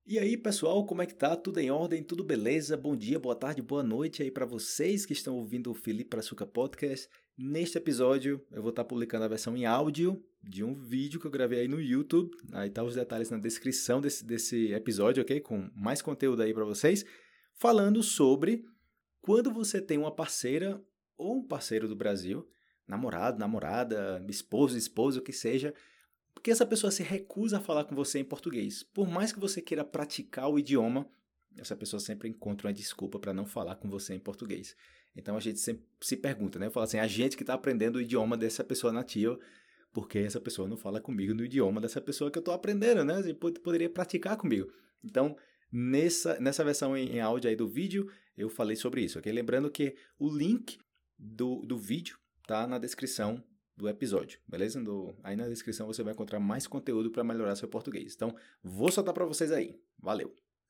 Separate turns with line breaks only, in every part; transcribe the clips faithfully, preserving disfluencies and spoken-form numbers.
E aí, pessoal, como é que tá? Tudo em ordem? Tudo beleza? Bom dia, boa tarde, boa noite aí para vocês que estão ouvindo o Felipe Brazuca Podcast. Neste episódio, eu vou estar publicando a versão em áudio de um vídeo que eu gravei aí no YouTube. Aí tá os detalhes na descrição desse, desse episódio, ok? Com mais conteúdo aí para vocês. Falando sobre quando você tem uma parceira ou um parceiro do Brasil, namorado, namorada, esposo, esposa, o que seja, porque essa pessoa se recusa a falar com você em português. Por mais que você queira praticar o idioma, essa pessoa sempre encontra uma desculpa para não falar com você em português. Então a gente sempre se pergunta, né? Fala assim, a gente que está aprendendo o idioma dessa pessoa nativa, porque essa pessoa não fala comigo no idioma dessa pessoa que eu estou aprendendo, né? Você poderia praticar comigo. Então, nessa, nessa versão em, em áudio aí do vídeo, eu falei sobre isso, ok? Lembrando que o link do, do vídeo tá na descrição do episódio, beleza? Do, aí na descrição você vai encontrar mais conteúdo para melhorar seu português. Então, vou soltar para vocês aí. Valeu!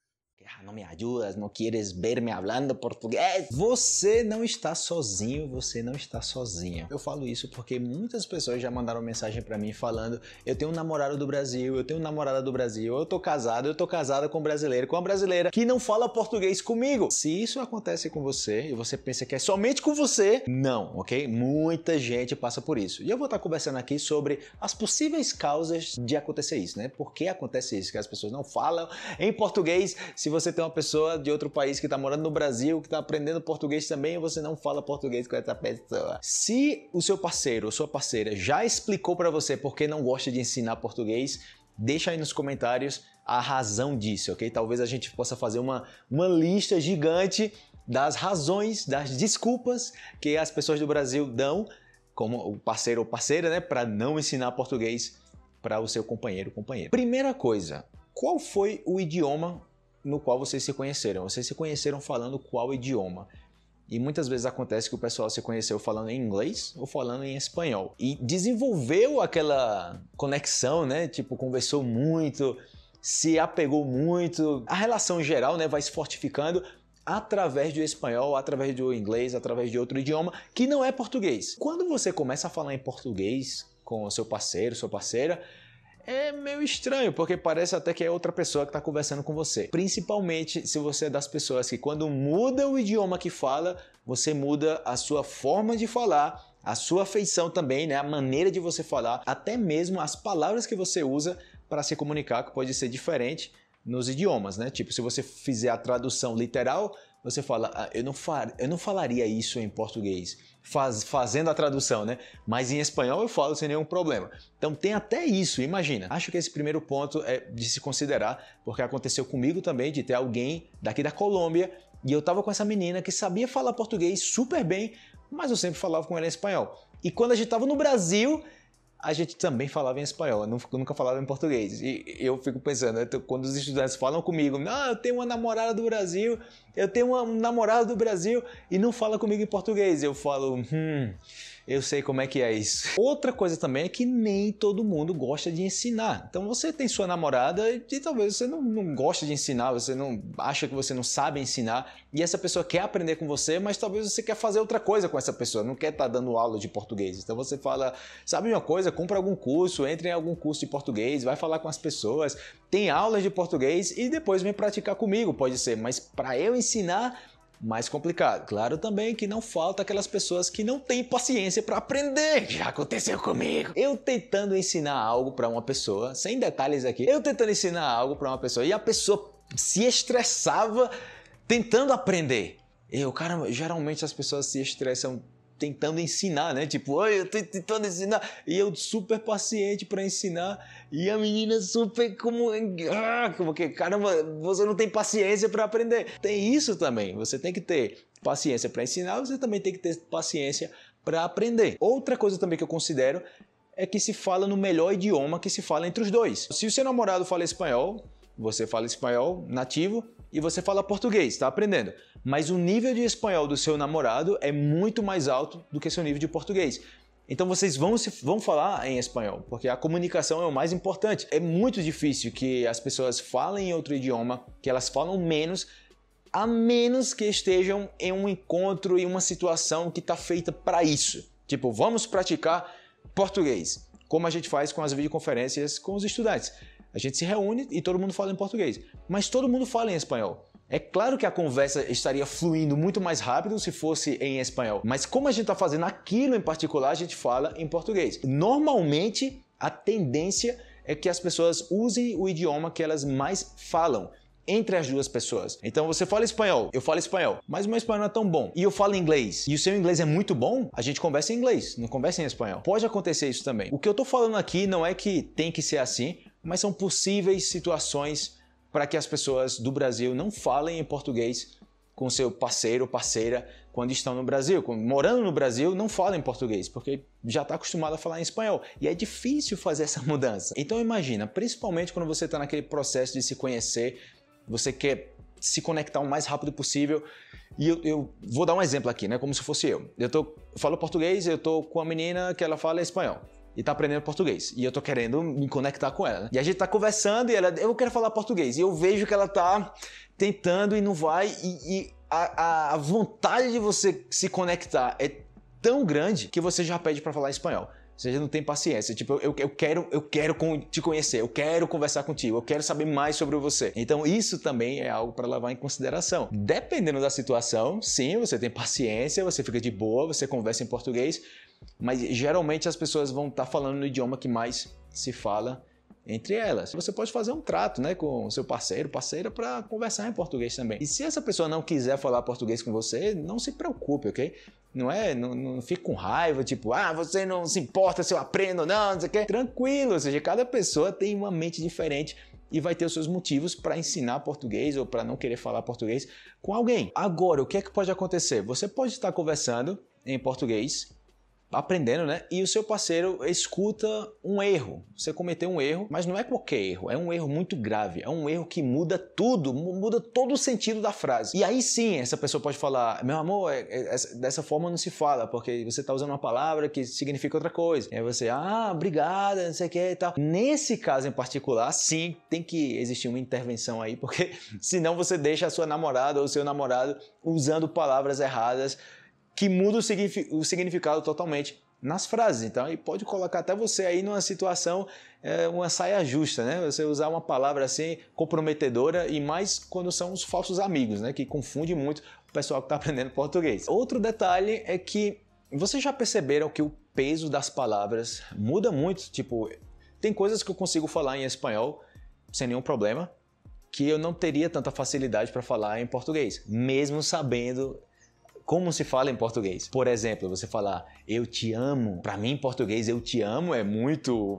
Não me ajudas, não queres ver-me falando português? Você não está sozinho, você não está sozinha. Eu falo isso porque muitas pessoas já mandaram mensagem pra mim falando: eu tenho um namorado do Brasil, eu tenho uma namorada do Brasil, eu tô casado, eu tô casada com um brasileiro, com uma brasileira que não fala português comigo. Se isso acontece com você e você pensa que é somente com você, não, ok? Muita gente passa por isso. E eu vou estar conversando aqui sobre as possíveis causas de acontecer isso, né? Por que acontece isso? Que as pessoas não falam em português. Se você tem uma pessoa de outro país que está morando no Brasil, que está aprendendo português também, e você não fala português com essa pessoa. Se o seu parceiro ou sua parceira já explicou para você por que não gosta de ensinar português, deixa aí nos comentários a razão disso, ok? Talvez a gente possa fazer uma, uma lista gigante das razões, das desculpas que as pessoas do Brasil dão, como o parceiro ou parceira, né, para não ensinar português para o seu companheiro ou companheira. Primeira coisa, qual foi o idioma no qual vocês se conheceram? Vocês se conheceram falando qual idioma? E muitas vezes acontece que o pessoal se conheceu falando em inglês ou falando em espanhol. E desenvolveu aquela conexão, né? Tipo, conversou muito, se apegou muito. A relação geral, né, vai se fortificando através do espanhol, através do inglês, através de outro idioma que não é português. Quando você começa a falar em português com o seu parceiro, sua parceira, é meio estranho, porque parece até que é outra pessoa que está conversando com você. Principalmente se você é das pessoas que quando muda o idioma que fala, você muda a sua forma de falar, a sua feição também, né? A maneira de você falar, até mesmo as palavras que você usa para se comunicar, que pode ser diferente nos idiomas, né? Tipo, se você fizer a tradução literal, você fala, ah, eu, não far, eu não falaria isso em português, Faz, fazendo a tradução, né? Mas em espanhol eu falo sem nenhum problema. Então tem até isso, imagina. Acho que esse primeiro ponto é de se considerar, porque aconteceu comigo também, de ter alguém daqui da Colômbia, e eu tava com essa menina que sabia falar português super bem, mas eu sempre falava com ela em espanhol. E quando a gente tava no Brasil, a gente também falava em espanhol, eu nunca falava em português. E eu fico pensando, quando os estudantes falam comigo, não, eu tenho uma namorada do Brasil, eu tenho um namorado do Brasil e não fala comigo em português. Eu falo, hum, eu sei como é que é isso. Outra coisa também é que nem todo mundo gosta de ensinar. Então você tem sua namorada e talvez você não, não gosta de ensinar, você não acha que você não sabe ensinar e essa pessoa quer aprender com você, mas talvez você quer fazer outra coisa com essa pessoa, não quer estar dando aula de português. Então você fala, sabe uma coisa, compra algum curso, entre em algum curso de português, vai falar com as pessoas, tem aulas de português e depois vem praticar comigo, pode ser, mas para eu ensinar, mais complicado. Claro também que não falta aquelas pessoas que não têm paciência para aprender. Já aconteceu comigo. Eu tentando ensinar algo para uma pessoa, sem detalhes aqui, eu tentando ensinar algo para uma pessoa e a pessoa se estressava tentando aprender. Eu, cara, geralmente as pessoas se estressam tentando ensinar, né? Tipo, oi, eu tô tentando ensinar. E eu super paciente para ensinar. E a menina super como... Ah, como que, caramba, você não tem paciência para aprender. Tem isso também. Você tem que ter paciência para ensinar, você também tem que ter paciência para aprender. Outra coisa também que eu considero é que se fala no melhor idioma que se fala entre os dois. Se o seu namorado fala espanhol, você fala espanhol nativo e você fala português, está aprendendo. Mas o nível de espanhol do seu namorado é muito mais alto do que seu nível de português. Então vocês vão, se, vão falar em espanhol, porque a comunicação é o mais importante. É muito difícil que as pessoas falem em outro idioma, que elas falam menos, a menos que estejam em um encontro, em uma situação que está feita para isso. Tipo, vamos praticar português, como a gente faz com as videoconferências com os estudantes. A gente se reúne e todo mundo fala em português. Mas todo mundo fala em espanhol. É claro que a conversa estaria fluindo muito mais rápido se fosse em espanhol. Mas como a gente está fazendo aquilo em particular, a gente fala em português. Normalmente, a tendência é que as pessoas usem o idioma que elas mais falam entre as duas pessoas. Então você fala espanhol, eu falo espanhol, mas o meu espanhol não é tão bom. E eu falo inglês, e o seu inglês é muito bom, a gente conversa em inglês, não conversa em espanhol. Pode acontecer isso também. O que eu tô falando aqui não é que tem que ser assim, mas são possíveis situações para que as pessoas do Brasil não falem em português com seu parceiro ou parceira quando estão no Brasil. Morando no Brasil, não falam em português, porque já está acostumado a falar em espanhol. E é difícil fazer essa mudança. Então imagina, principalmente quando você está naquele processo de se conhecer, você quer se conectar o mais rápido possível. E eu, eu vou dar um exemplo aqui, né? Como se fosse eu. Eu, tô, eu falo português, eu tô com a menina que ela fala espanhol. E tá aprendendo português. E eu tô querendo me conectar com ela. Né? E a gente tá conversando e ela, eu quero falar português. E eu vejo que ela tá tentando e não vai. E, e a, a vontade de você se conectar é tão grande que você já pede para falar espanhol. Você já não tem paciência. Tipo, eu, eu quero, eu quero te conhecer, eu quero conversar contigo, eu quero saber mais sobre você. Então isso também é algo para levar em consideração. Dependendo da situação, sim, você tem paciência, você fica de boa, você conversa em português, mas geralmente as pessoas vão estar falando no idioma que mais se fala entre elas. Você pode fazer um trato, né, com o seu parceiro, parceira, para conversar em português também. E se essa pessoa não quiser falar português com você, não se preocupe, ok? Não é, não, não fique com raiva, tipo, ah, você não se importa se eu aprendo ou não, não sei o quê. Tranquilo, ou seja, cada pessoa tem uma mente diferente e vai ter os seus motivos para ensinar português ou para não querer falar português com alguém. Agora, o que é que pode acontecer? Você pode estar conversando em português, aprendendo, né? E o seu parceiro escuta um erro. Você cometeu um erro, mas não é qualquer erro. É um erro muito grave. É um erro que muda tudo, muda todo o sentido da frase. E aí sim, essa pessoa pode falar, meu amor, é, é, é, dessa forma não se fala, porque você está usando uma palavra que significa outra coisa. E aí você, ah, obrigada, não sei o que e tal. Nesse caso em particular, sim, tem que existir uma intervenção aí, porque senão você deixa a sua namorada ou o seu namorado usando palavras erradas que muda o significado totalmente nas frases. Então, aí pode colocar até você aí numa situação, é, uma saia justa, né? Você usar uma palavra assim comprometedora, e mais quando são os falsos amigos, né? Que confunde muito o pessoal que está aprendendo português. Outro detalhe é que vocês já perceberam que o peso das palavras muda muito. Tipo, tem coisas que eu consigo falar em espanhol sem nenhum problema, que eu não teria tanta facilidade para falar em português, mesmo sabendo como se fala em português. Por exemplo, você falar eu te amo. Para mim, em português, eu te amo é muito...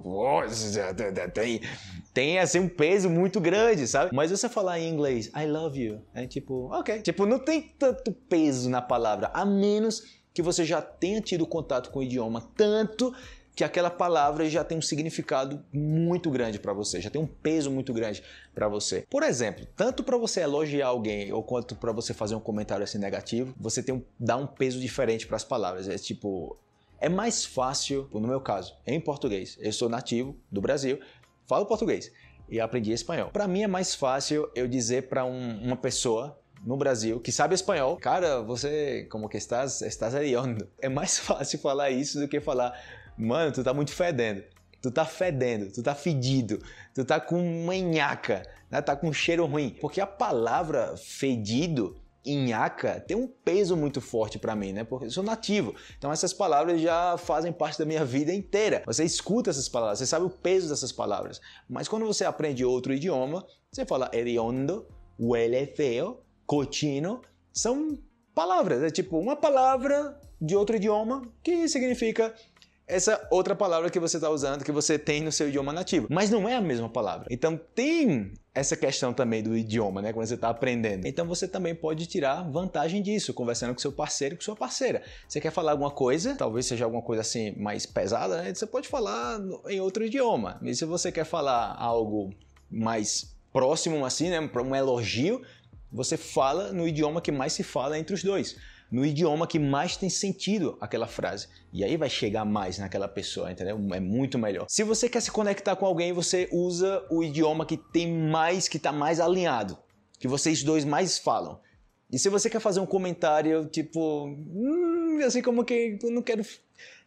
Tem, tem assim um peso muito grande, sabe? Mas você falar em inglês I love you, é tipo, ok. Tipo, não tem tanto peso na palavra, a menos que você já tenha tido contato com o idioma tanto que aquela palavra já tem um significado muito grande para você, já tem um peso muito grande para você. Por exemplo, tanto para você elogiar alguém ou quanto para você fazer um comentário assim negativo, você tem um, dá um peso diferente para as palavras. É tipo, é mais fácil, no meu caso, em português. Eu sou nativo do Brasil, falo português e aprendi espanhol. Para mim é mais fácil eu dizer para um, uma pessoa no Brasil que sabe espanhol, cara, você como que estás, estás hediondo. É mais fácil falar isso do que falar, mano, tu tá muito fedendo, tu tá fedendo, tu tá fedido, tu tá com uma nhaca, né? Tá com um cheiro ruim. Porque a palavra fedido, nhaca, tem um peso muito forte pra mim, né? Porque eu sou nativo, então essas palavras já fazem parte da minha vida inteira. Você escuta essas palavras, você sabe o peso dessas palavras. Mas quando você aprende outro idioma, você fala hediondo, huele feo, cochino, são palavras, é tipo uma palavra de outro idioma que significa essa outra palavra que você está usando, que você tem no seu idioma nativo. Mas não é a mesma palavra. Então tem essa questão também do idioma, né? Quando você está aprendendo. Então você também pode tirar vantagem disso, conversando com seu parceiro e com sua parceira. Você quer falar alguma coisa, talvez seja alguma coisa assim mais pesada, né? Você pode falar em outro idioma. E se você quer falar algo mais próximo assim, né? Para um elogio, você fala no idioma que mais se fala entre os dois. No idioma que mais tem sentido aquela frase. E aí vai chegar mais naquela pessoa, entendeu? É muito melhor. Se você quer se conectar com alguém, você usa o idioma que tem mais, que está mais alinhado, que vocês dois mais falam. E se você quer fazer um comentário, tipo, hum, assim como que eu não quero,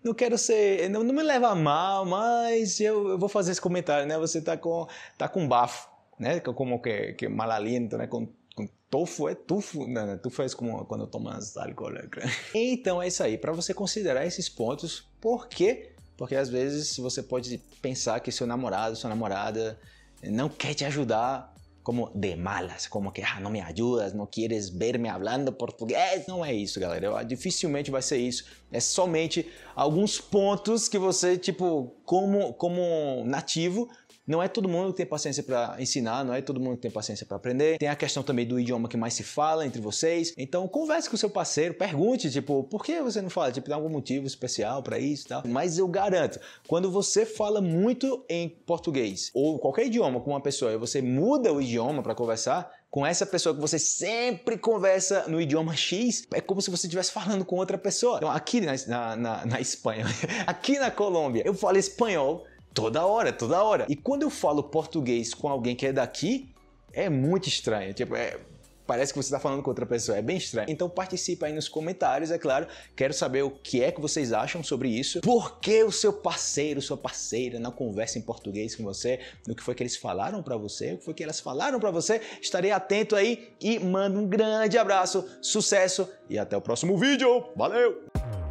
não quero ser, não, não me leva a mal, mas eu, eu vou fazer esse comentário, né? Você tá com, tá com bafo, né? Como que, que mal aliento, né? Com, com tofu, é tufo? Não, não, tufo é como quando tomas álcool. Então é isso aí, para você considerar esses pontos, por quê? Porque às vezes você pode pensar que seu namorado, sua namorada não quer te ajudar, como de malas, como que ah, não me ajudas, não queres ver-me falando português. Não é isso, galera. Dificilmente vai ser isso. É somente alguns pontos que você, tipo, como, como nativo, não é todo mundo que tem paciência para ensinar, não é todo mundo que tem paciência para aprender. Tem a questão também do idioma que mais se fala entre vocês. Então, converse com o seu parceiro, pergunte, tipo, por que você não fala? Tipo, tem algum motivo especial para isso e tal. Mas eu garanto, quando você fala muito em português ou qualquer idioma com uma pessoa e você muda o idioma para conversar, com essa pessoa que você sempre conversa no idioma X, é como se você estivesse falando com outra pessoa. Então, aqui na, na, na, na Espanha, aqui na Colômbia, eu falo espanhol toda hora, toda hora. E quando eu falo português com alguém que é daqui, é muito estranho. Tipo, é, parece que você está falando com outra pessoa. É bem estranho. Então participa aí nos comentários, é claro. Quero saber o que é que vocês acham sobre isso. Por que o seu parceiro, sua parceira não conversa em português com você? O que foi que eles falaram para você? O que foi que elas falaram para você? Estarei atento aí e mando um grande abraço, sucesso e até o próximo vídeo. Valeu!